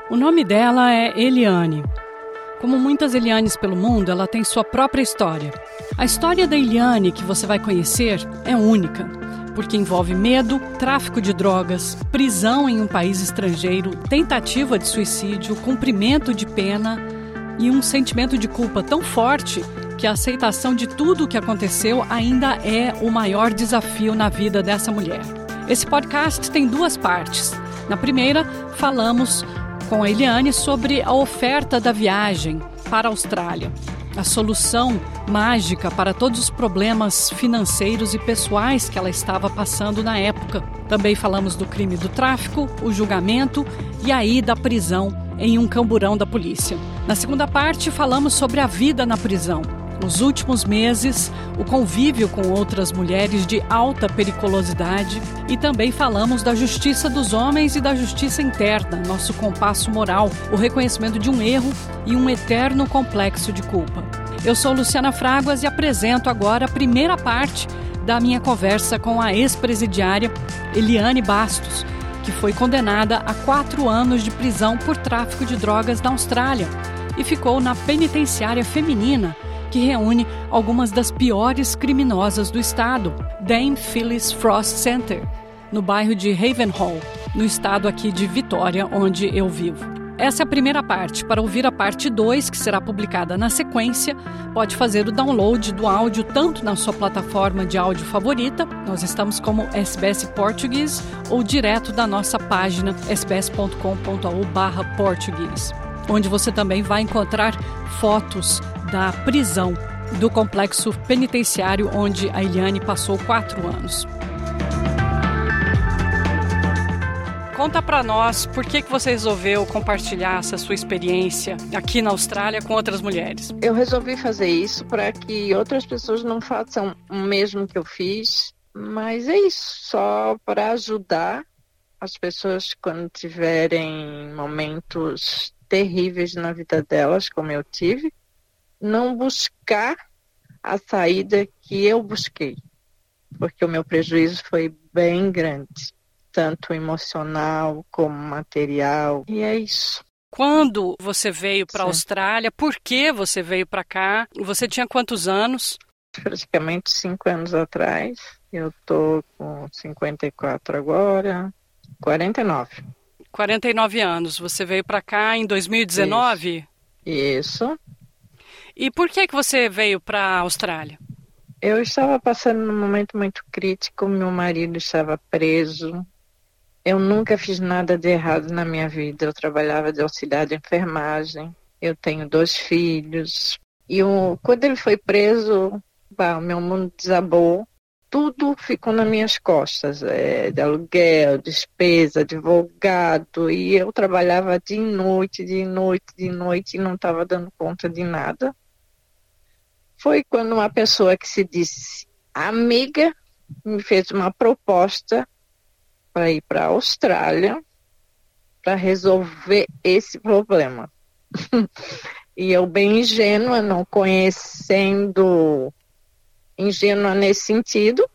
O nome dela é Eliane. Como muitas Elianes pelo mundo, ela tem sua própria história. A história da Eliane que você vai conhecer é única, porque envolve medo, tráfico de drogas, prisão em um país estrangeiro, tentativa de suicídio, cumprimento de pena e um sentimento de culpa tão forte que a aceitação de tudo o que aconteceu ainda é o maior desafio na vida dessa mulher. Esse podcast tem duas partes. Na primeira, falamos com a Eliane sobre a oferta da viagem para a Austrália, a solução mágica para todos os problemas financeiros e pessoais que ela estava passando na época. Também falamos do crime do tráfico, o julgamento e a ida à prisão em um camburão da polícia. Na segunda parte, falamos sobre a vida na prisão, os últimos meses, o convívio com outras mulheres de alta periculosidade e também falamos da justiça dos homens e da justiça interna, nosso compasso moral, o reconhecimento de um erro e um eterno complexo de culpa. Eu sou Luciana Fraguas e apresento agora a primeira parte da minha conversa com a ex-presidiária Eliane Bastos, que foi condenada a 4 anos de prisão por tráfico de drogas na Austrália e ficou na penitenciária feminina, que reúne algumas das piores criminosas do estado, Dame Phyllis Frost Center, no bairro de Ravenhall, no estado aqui de Vitória, onde eu vivo. Essa é a primeira parte. Para ouvir a parte 2, que será publicada na sequência, pode fazer o download do áudio tanto na sua plataforma de áudio favorita, nós estamos como SBS Português, ou direto da nossa página sbs.com.au/português, onde você também vai encontrar fotos da prisão do complexo penitenciário onde a Eliane passou 4 anos. Conta pra nós por que você resolveu compartilhar essa sua experiência aqui na Austrália com outras mulheres. Eu resolvi fazer isso para que outras pessoas não façam o mesmo que eu fiz, mas é isso, só para ajudar as pessoas quando tiverem momentos terríveis na vida delas, como eu tive, não buscar a saída que eu busquei, porque o meu prejuízo foi bem grande, tanto emocional como material, e é isso. Quando você veio para a Austrália, por que você veio para cá? Você tinha quantos anos? Praticamente 5 anos atrás, eu tô com 54 agora, 49. 49 anos, você veio para cá em 2019? Isso. E por que você veio para a Austrália? Eu estava passando num momento muito crítico, meu marido estava preso. Eu nunca fiz nada de errado na minha vida. Eu trabalhava de auxiliar de enfermagem. Eu tenho 2 filhos. E quando ele foi preso, o meu mundo desabou. Tudo ficou nas minhas costas. De aluguel, despesa, advogado. E eu trabalhava de noite e não estava dando conta de nada. Foi quando uma pessoa que se disse amiga me fez uma proposta para ir para a Austrália para resolver esse problema. E eu bem ingênua, não conhecendo, ingênua nesse sentido,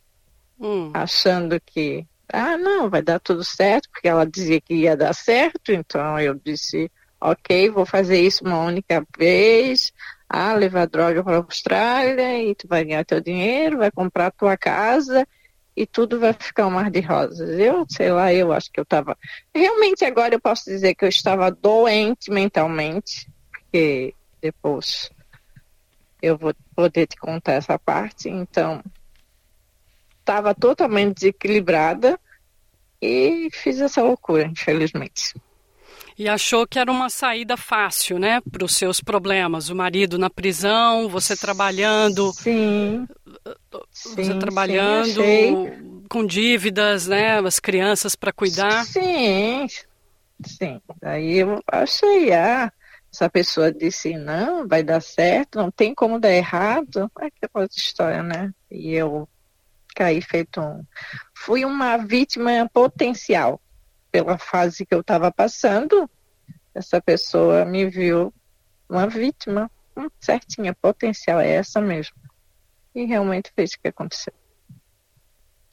achando que, não, vai dar tudo certo, porque ela dizia que ia dar certo, então eu disse, ok, vou fazer isso uma única vez, levar droga para a Austrália e tu vai ganhar teu dinheiro, vai comprar tua casa e tudo vai ficar um mar de rosas. Eu acho que eu estava... Realmente agora eu posso dizer que eu estava doente mentalmente, porque depois eu vou poder te contar essa parte. Então, estava totalmente desequilibrada e fiz essa loucura, infelizmente. E achou que era uma saída fácil, né, para os seus problemas. O marido na prisão, você trabalhando. Sim. Você trabalhando com dívidas, né, as crianças para cuidar. Sim. Daí eu achei, essa pessoa disse, não, vai dar certo, não tem como dar errado. É aquela história, né? E eu caí fui uma vítima potencial. Pela fase que eu estava passando, essa pessoa me viu uma vítima, certinha, potencial, é essa mesmo. E realmente fez o que aconteceu.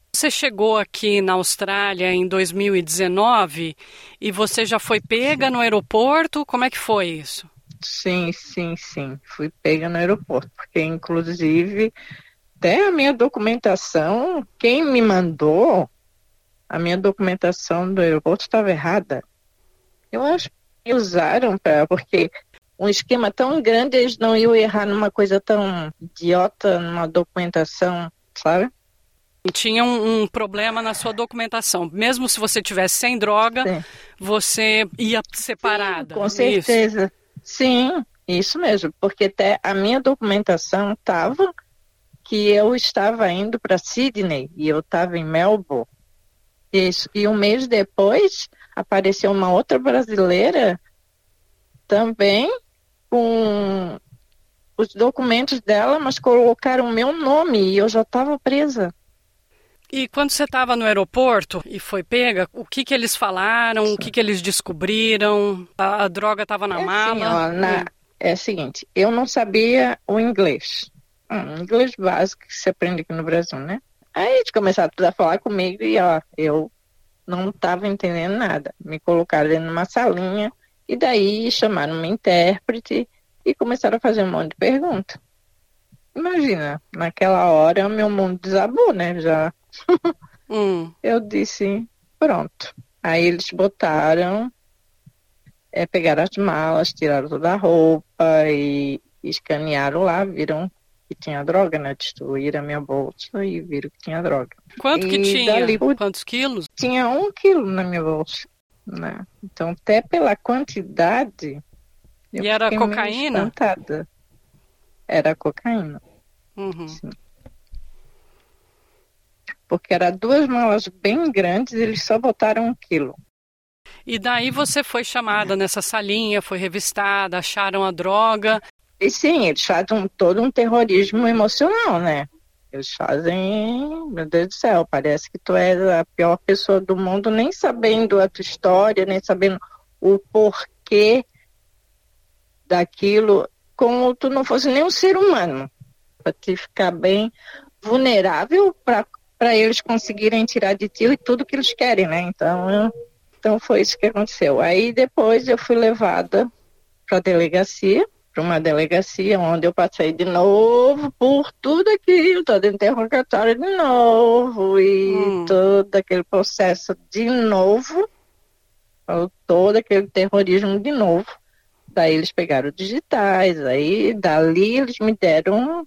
Você chegou aqui na Austrália em 2019 e você já foi pega no aeroporto? Como é que foi isso? Sim. Fui pega no aeroporto, porque inclusive até a minha documentação, quem me mandou, a minha documentação do aeroporto estava errada. Eu acho que usaram porque um esquema tão grande, eles não iam errar numa coisa tão idiota, numa documentação, sabe? Tinha um problema na sua documentação. Mesmo se você tivesse sem droga, Sim. você ia separada. Sim, com certeza. Isso. Sim, isso mesmo. Porque até a minha documentação estava que eu estava indo para Sydney e eu estava em Melbourne. Isso. E um mês depois apareceu uma outra brasileira também com os documentos dela, mas colocaram o meu nome e eu já estava presa. E quando você estava no aeroporto e foi pega, o que eles falaram, Sim. o que eles descobriram? A droga estava na mala? Assim, ó, é o seguinte, eu não sabia o inglês. Inglês básico que se aprende aqui no Brasil, né? Aí eles começaram a falar comigo e ó, eu não estava entendendo nada. Me colocaram dentro de uma salinha e daí chamaram uma intérprete e começaram a fazer um monte de perguntas. Imagina, naquela hora o meu mundo desabou, né? Já. Eu disse, pronto. Aí eles botaram, pegaram as malas, tiraram toda a roupa e escanearam lá, viram que tinha droga, né? Destruíram a minha bolsa e viram que tinha droga. Quanto que tinha? Dali, quantos quilos? Tinha 1 quilo na minha bolsa, né? Então, até pela quantidade, eu E era fiquei meio cocaína? espantada. Era cocaína. Sim. Porque eram 2 malas bem grandes, eles só botaram 1 quilo. E daí você foi chamada nessa salinha, foi revistada, acharam a droga. E sim, eles fazem todo um terrorismo emocional, né? Eles fazem, meu Deus do céu, parece que tu és a pior pessoa do mundo, nem sabendo a tua história, nem sabendo o porquê daquilo, como tu não fosse nem um ser humano, para te ficar bem vulnerável para eles conseguirem tirar de ti tudo que eles querem, né? Então foi isso que aconteceu. Aí depois eu fui levada para uma delegacia onde eu passei de novo por tudo aquilo, todo interrogatório de novo e todo aquele processo de novo, todo aquele terrorismo de novo. Daí eles pegaram digitais, aí dali eles me deram,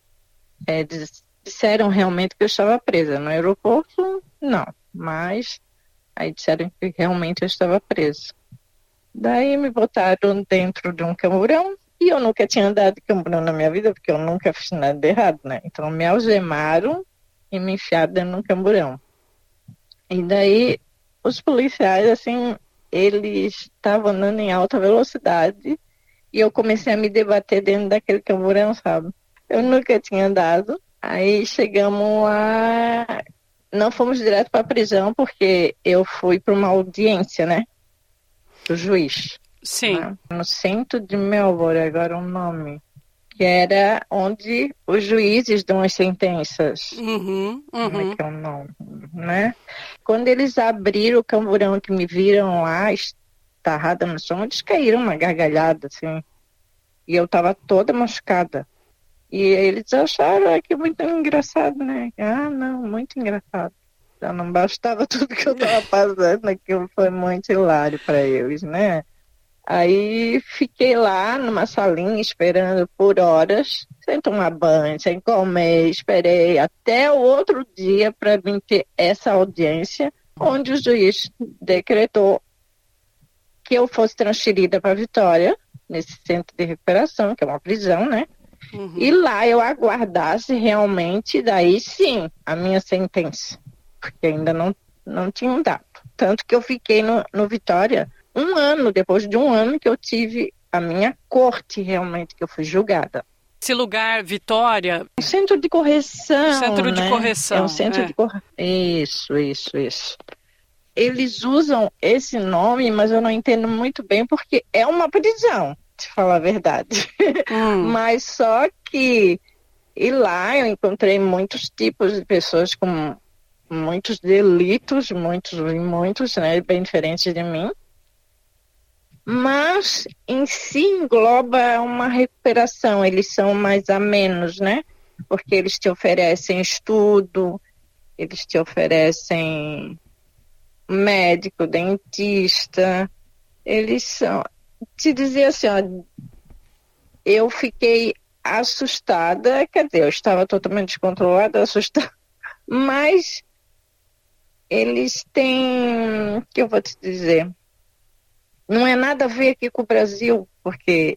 disseram realmente que eu estava presa. No aeroporto, não, mas aí disseram que realmente eu estava presa. Daí me botaram dentro de um camburão e eu nunca tinha andado de camburão na minha vida, porque eu nunca fiz nada de errado, né? Então me algemaram e me enfiaram dentro de um camburão. E daí os policiais, assim, eles estavam andando em alta velocidade e eu comecei a me debater dentro daquele camburão, sabe? Eu nunca tinha andado. Aí chegamos lá, não fomos direto para a prisão, porque eu fui para uma audiência, né? Do juiz. Sim. Né? No centro de Melbourne, agora o nome. Que era onde os juízes dão as sentenças. Como é que é o nome? Né? Quando eles abriram o camburão que me viram lá, estarrada no chão, eles caíram uma gargalhada, assim. E eu estava toda machucada. E eles acharam aquilo muito engraçado, né? Ah, não, muito engraçado. Já não bastava tudo que eu estava passando, aquilo foi muito hilário para eles, né? Aí fiquei lá numa salinha esperando por horas, sem tomar banho, sem comer, esperei até o outro dia para vir ter essa audiência, onde o juiz decretou que eu fosse transferida para Vitória, nesse centro de recuperação, que é uma prisão, né? E lá eu aguardasse realmente, daí sim, a minha sentença, porque ainda não tinha um dado. Tanto que eu fiquei no Vitória 1 ano, depois de 1 ano que eu tive a minha corte realmente, que eu fui julgada. Esse lugar, Vitória... Um centro de correção, Centro de correção. É um centro de correção. Isso. Eles usam esse nome, mas eu não entendo muito bem, porque é uma prisão, te falar a verdade. Mas só que... E lá eu encontrei muitos tipos de pessoas com muitos delitos, muitos, né, bem diferentes de mim. Mas em si engloba uma recuperação, eles são mais amenos, né? Porque eles te oferecem estudo, eles te oferecem médico, dentista, eles são... Te dizer assim, ó, eu fiquei assustada, quer dizer, eu estava totalmente descontrolada, assustada, mas eles têm, o que eu vou te dizer, não é nada a ver aqui com o Brasil, porque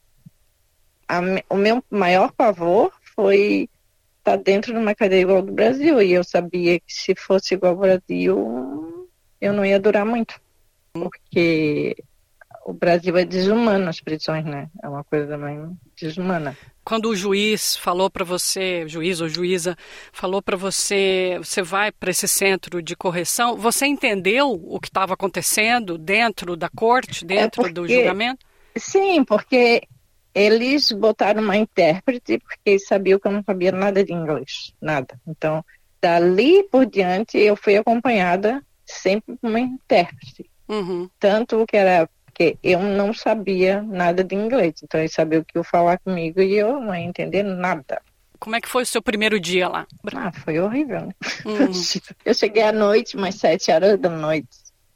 o meu maior pavor foi estar dentro de uma cadeia igual ao do Brasil, e eu sabia que se fosse igual ao Brasil, eu não ia durar muito, porque o Brasil é desumano, as prisões, né? É uma coisa também desumana. Quando o juiz falou para você, juiz ou juíza, falou para você, você vai para esse centro de correção, você entendeu o que estava acontecendo dentro da corte, dentro do julgamento? Sim, porque eles botaram uma intérprete, porque eles sabiam que eu não sabia nada de inglês, nada. Então, dali por diante, eu fui acompanhada sempre por uma intérprete. Uhum. Tanto que era... porque eu não sabia nada de inglês, então eles sabiam o que eu falar comigo e eu não ia entender nada. Como é que foi o seu primeiro dia lá? Foi horrível, né? Eu cheguei à noite, umas 7 horas da noite.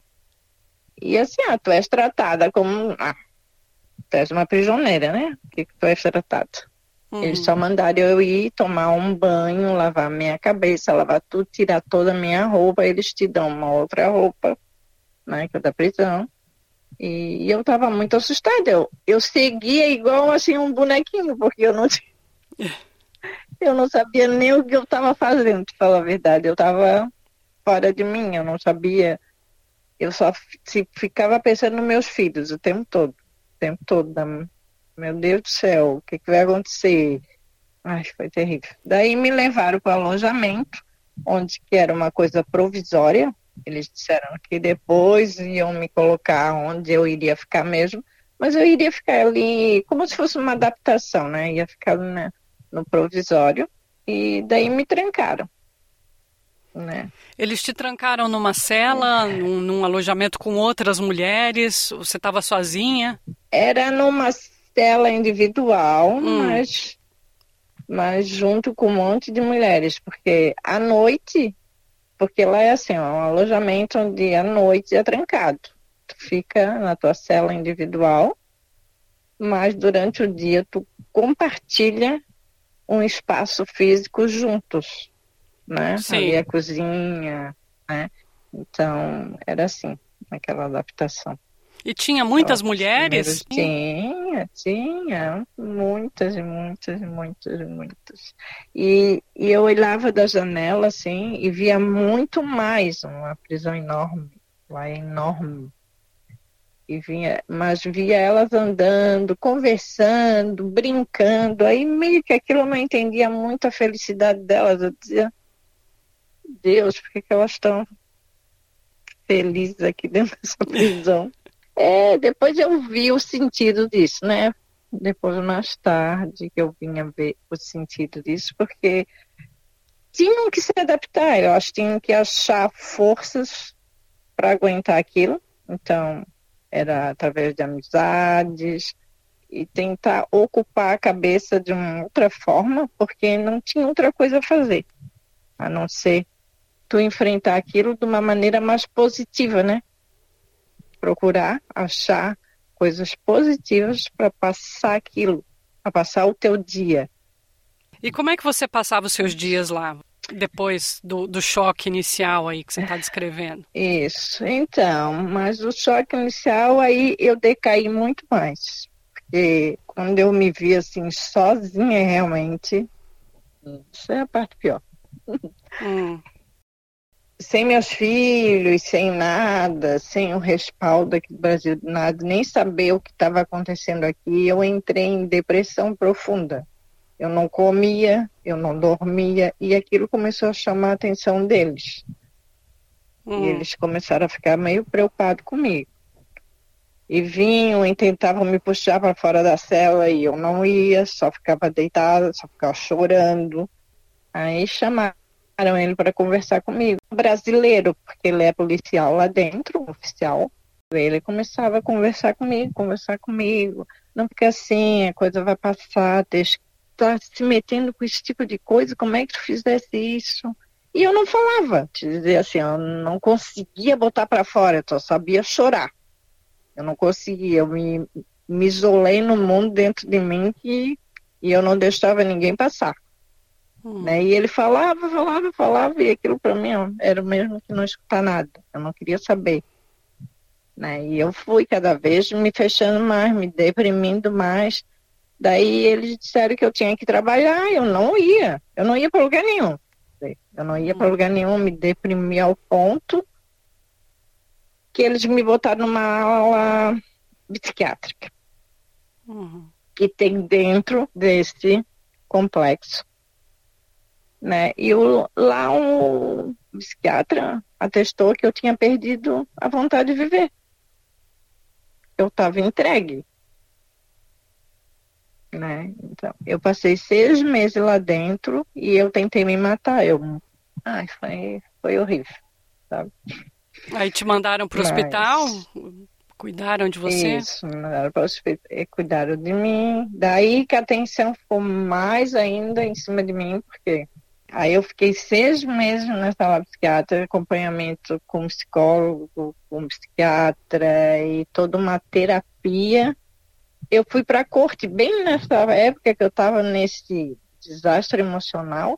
E assim, tu és tratada como... tu és uma prisioneira, né? O que tu és tratada? Eles só mandaram eu ir tomar um banho, lavar minha cabeça, lavar tudo, tirar toda a minha roupa, eles te dão uma outra roupa, né, que é da prisão. E eu estava muito assustada. Eu seguia igual assim um bonequinho, porque eu não sabia nem o que eu estava fazendo, para falar a verdade. Eu estava fora de mim, eu não sabia. Eu só ficava pensando nos meus filhos o tempo todo. Meu Deus do céu, o que vai acontecer? Ai, foi terrível. Daí me levaram para o alojamento, onde que era uma coisa provisória. Eles disseram que depois iam me colocar onde eu iria ficar mesmo, mas eu iria ficar ali como se fosse uma adaptação, né? Ia ficar no provisório e daí me trancaram, né? Eles te trancaram numa cela, num alojamento com outras mulheres? Você estava sozinha? Era numa cela individual, mas junto com um monte de mulheres, porque à noite... Porque lá é assim, um alojamento onde à noite é trancado. Tu fica na tua cela individual, mas durante o dia tu compartilha um espaço físico juntos, né? Sim. Ali a cozinha, né? Então, era assim, aquela adaptação. E tinha muitas mulheres? Tinha muitas. E eu olhava da janela, assim, e via muito mais, uma prisão enorme, lá é enorme. Mas via elas andando, conversando, brincando, aí meio que aquilo eu não entendia muito a felicidade delas. Eu dizia, Deus, por que elas estão felizes aqui dentro dessa prisão? Depois eu vi o sentido disso, né? Depois, mais tarde, que eu vinha ver o sentido disso, porque tinham que se adaptar, eu acho que tinham que achar forças para aguentar aquilo. Então, era através de amizades e tentar ocupar a cabeça de uma outra forma, porque não tinha outra coisa a fazer, a não ser tu enfrentar aquilo de uma maneira mais positiva, né? Procurar achar coisas positivas para passar aquilo, para passar o teu dia. E como é que você passava os seus dias lá, depois do choque inicial aí que você está descrevendo? Isso, então, mas o choque inicial aí eu decaí muito mais, porque quando eu me vi assim sozinha realmente, isso é a parte pior. Sem meus filhos, sem nada, sem o respaldo aqui do Brasil, nada, nem saber o que estava acontecendo aqui, eu entrei em depressão profunda. Eu não comia, eu não dormia, e aquilo começou a chamar a atenção deles. E eles começaram a ficar meio preocupados comigo. E vinham e tentavam me puxar para fora da cela, e eu não ia, só ficava deitada, só ficava chorando. Aí chamaram ele para conversar comigo. Brasileiro, porque ele é policial lá dentro, oficial. Ele começava a conversar comigo. Não fica assim, a coisa vai passar, deixa tá se metendo com esse tipo de coisa, como é que tu fizesse isso? E eu não falava, te dizer assim, eu não conseguia botar para fora, eu só sabia chorar. Eu não conseguia, eu me isolei no mundo dentro de mim e eu não deixava ninguém passar. Né? E ele falava, e aquilo para mim era o mesmo que não escutar nada, eu não queria saber. Né? E eu fui cada vez me fechando mais, me deprimindo mais. Daí eles disseram que eu tinha que trabalhar, eu não ia para lugar nenhum. Eu não ia para lugar nenhum, me deprimi ao ponto que eles me botaram numa ala psiquiátrica, que tem dentro desse complexo. Né? E lá um psiquiatra atestou que eu tinha perdido a vontade de viver. Eu estava entregue. Né? Então, eu passei 6 meses lá dentro e eu tentei me matar. Foi horrível, sabe? Aí te mandaram para o hospital? Cuidaram de você? Isso, mandaram para o hospital, cuidaram de mim. Daí que a atenção ficou mais ainda em cima de mim, porque aí eu fiquei 6 meses nessa sala psiquiatra, acompanhamento com psicólogo, com psiquiatra e toda uma terapia. Eu fui para a corte bem nessa época que eu estava nesse desastre emocional.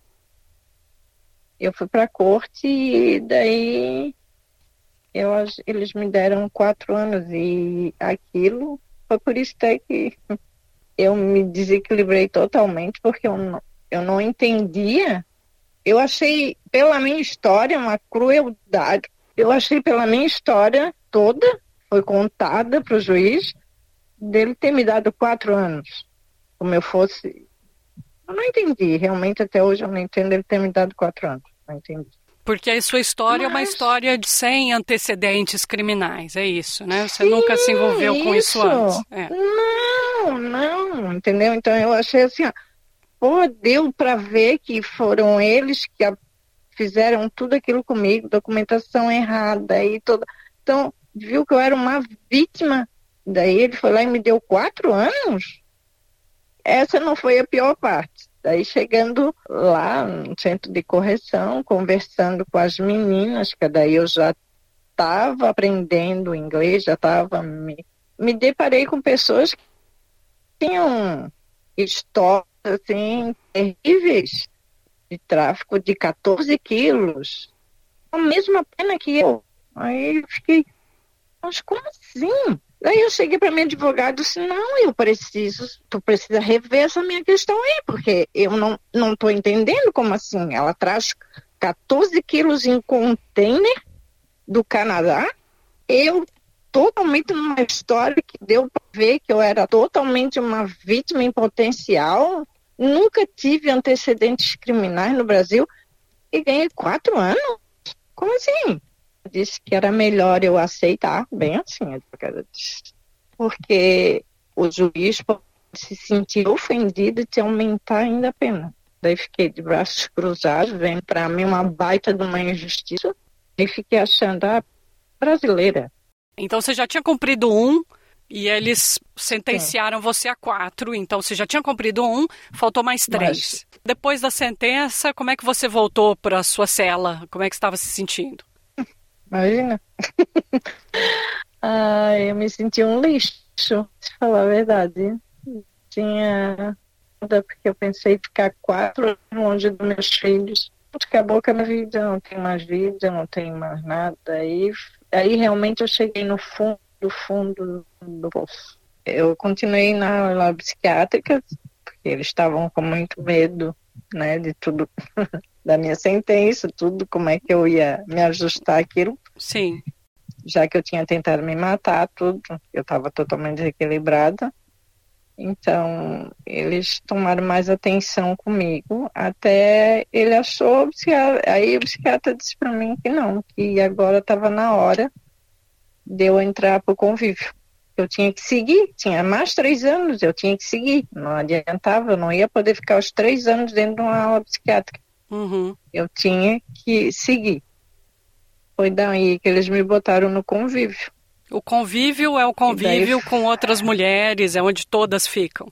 Eu fui para a corte e daí eles me deram 4 anos e aquilo foi por isso até que eu me desequilibrei totalmente, porque eu não entendia. Eu achei pela minha história uma crueldade. Eu achei pela minha história toda, foi contada para o juiz, dele ter me dado 4 anos, como eu fosse. Eu não entendi, realmente até hoje eu não entendo ele ter me dado 4 anos, não entendi. Porque a sua história é uma história sem antecedentes criminais, é isso, né? Você Sim, nunca se envolveu com isso antes. É. Não, entendeu? Então eu achei assim, deu para ver que foram eles que fizeram tudo aquilo comigo, documentação errada e toda. Então, viu que eu era uma vítima. Daí ele foi lá e me deu 4 anos. Essa não foi a pior parte. Daí chegando lá no centro de correção, conversando com as meninas, que daí eu já estava aprendendo inglês, já estava me deparei com pessoas que tinham histórias assim terríveis de tráfico de 14 quilos. A mesma pena que eu. Aí eu fiquei, mas como assim? Daí eu cheguei para minha advogada e disse, não, tu precisa rever essa minha questão aí, porque eu não estou entendendo como assim. Ela traz 14 quilos em container do Canadá, eu totalmente numa história que deu para ver que eu era totalmente uma vítima em potencial, nunca tive antecedentes criminais no Brasil e ganhei 4 anos. Como assim? Disse que era melhor eu aceitar, bem assim, a advogada disse, porque o juiz pode se sentir ofendido e te aumentar ainda a pena. Daí fiquei de braços cruzados, vem para mim uma baita de uma injustiça, e fiquei achando, brasileira. Então você já tinha cumprido 1 e eles sentenciaram você a 4, então você já tinha cumprido 1, faltou mais 3. Depois da sentença, como é que você voltou para a sua cela? Como é que você estava se sentindo? Imagina. Eu me senti um lixo, se falar a verdade. Porque eu pensei em ficar 4 anos longe dos meus filhos. Acabou com a minha vida, eu não tenho mais vida, eu não tenho mais nada. Aí realmente eu cheguei no fundo do poço. Eu continuei na psiquiátrica, porque eles estavam com muito medo, né, de tudo, da minha sentença, tudo, como é que eu ia me ajustar àquilo. Sim. Já que eu tinha tentado me matar, tudo, eu estava totalmente desequilibrada. Então, eles tomaram mais atenção comigo, até ele achou, aí o psiquiatra disse para mim que não, que agora estava na hora de eu entrar para o convívio. Eu tinha que seguir, tinha mais 3 anos, eu tinha que seguir, não adiantava, eu não ia poder ficar os 3 anos dentro de uma aula psiquiátrica. Uhum. Eu tinha que seguir. Foi daí que eles me botaram no convívio. O convívio é o E daí, convívio com outras mulheres, é onde todas ficam.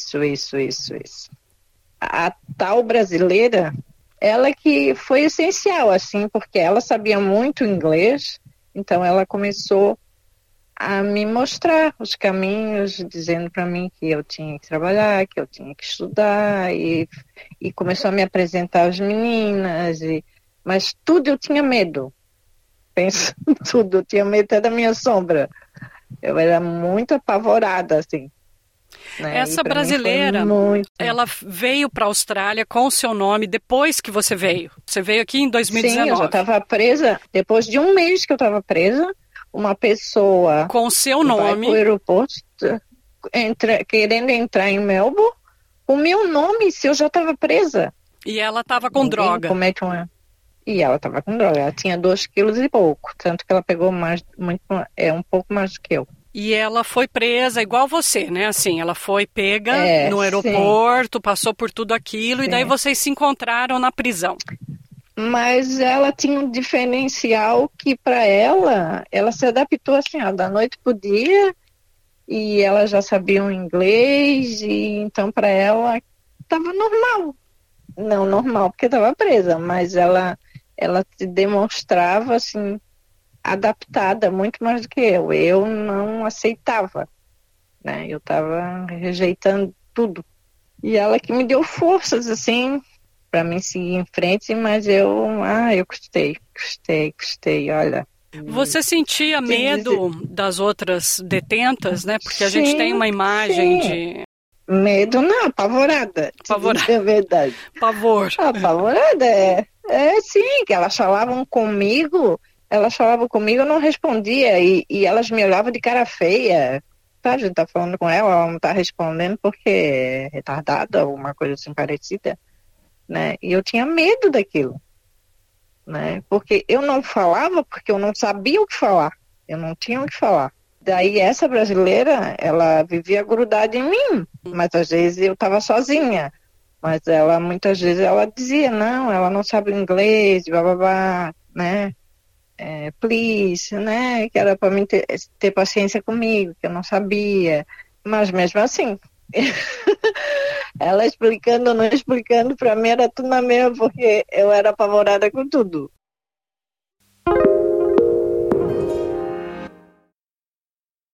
isso. A tal brasileira, ela que foi essencial, assim, porque ela sabia muito inglês, então ela começou a me mostrar os caminhos, dizendo para mim que eu tinha que trabalhar, que eu tinha que estudar, e começou a me apresentar as meninas, mas tudo eu tinha medo. Pensa tudo, eu tinha medo até da minha sombra. Eu era muito apavorada, assim. Né? E Essa para mim foi brasileira, muito. ela veio para a Austrália com o seu nome depois que você veio. Você veio aqui em Sim, eu já 2019. estava presa. Depois de um mês que eu estava presa, uma pessoa Com o seu vai para o nome. aeroporto querendo entrar em Melbourne. O meu nome, se eu já estava presa. E ela estava com Ninguém droga. comete uma. E ela estava com droga. Ela tinha 2 quilos e pouco. Tanto que ela pegou um pouco mais do que eu. E ela foi presa igual você, né? Assim, ela foi pega no Sim, aeroporto, passou por tudo aquilo, e daí sim. vocês se encontraram na prisão. Mas ela tinha um diferencial que para ela se adaptou assim, ó, da noite pro dia, e ela já sabia o inglês, e então para ela estava normal. Não normal porque estava presa, mas ela se demonstrava assim adaptada muito mais do que eu. Eu não aceitava, né? Eu estava rejeitando tudo. E ela que me deu forças assim para mim seguir em frente, mas eu gostei, olha. Você sentia Te dizer, medo das outras detentas, né? Porque a gente tem sim, uma imagem sim. de Medo não, apavorada, te pavor, dizer a verdade. pavor. Apavorada é sim, que elas falavam comigo, eu não respondia, e elas me olhavam de cara feia. Tá, a gente tá falando com ela não tá respondendo porque é retardada, alguma coisa assim parecida, né? E eu tinha medo daquilo, né? Porque eu não falava porque eu não sabia o que falar. Eu não tinha o que falar. Daí essa brasileira, ela vivia grudada em mim, mas às vezes eu estava sozinha. Mas ela, muitas vezes, ela dizia, não, ela não sabe inglês, blá, blá, blá, né? Please, né? Que era para mim ter paciência comigo, que eu não sabia. Mas mesmo assim, ela explicando ou não explicando, para mim era tudo na mesma, porque eu era apavorada com tudo.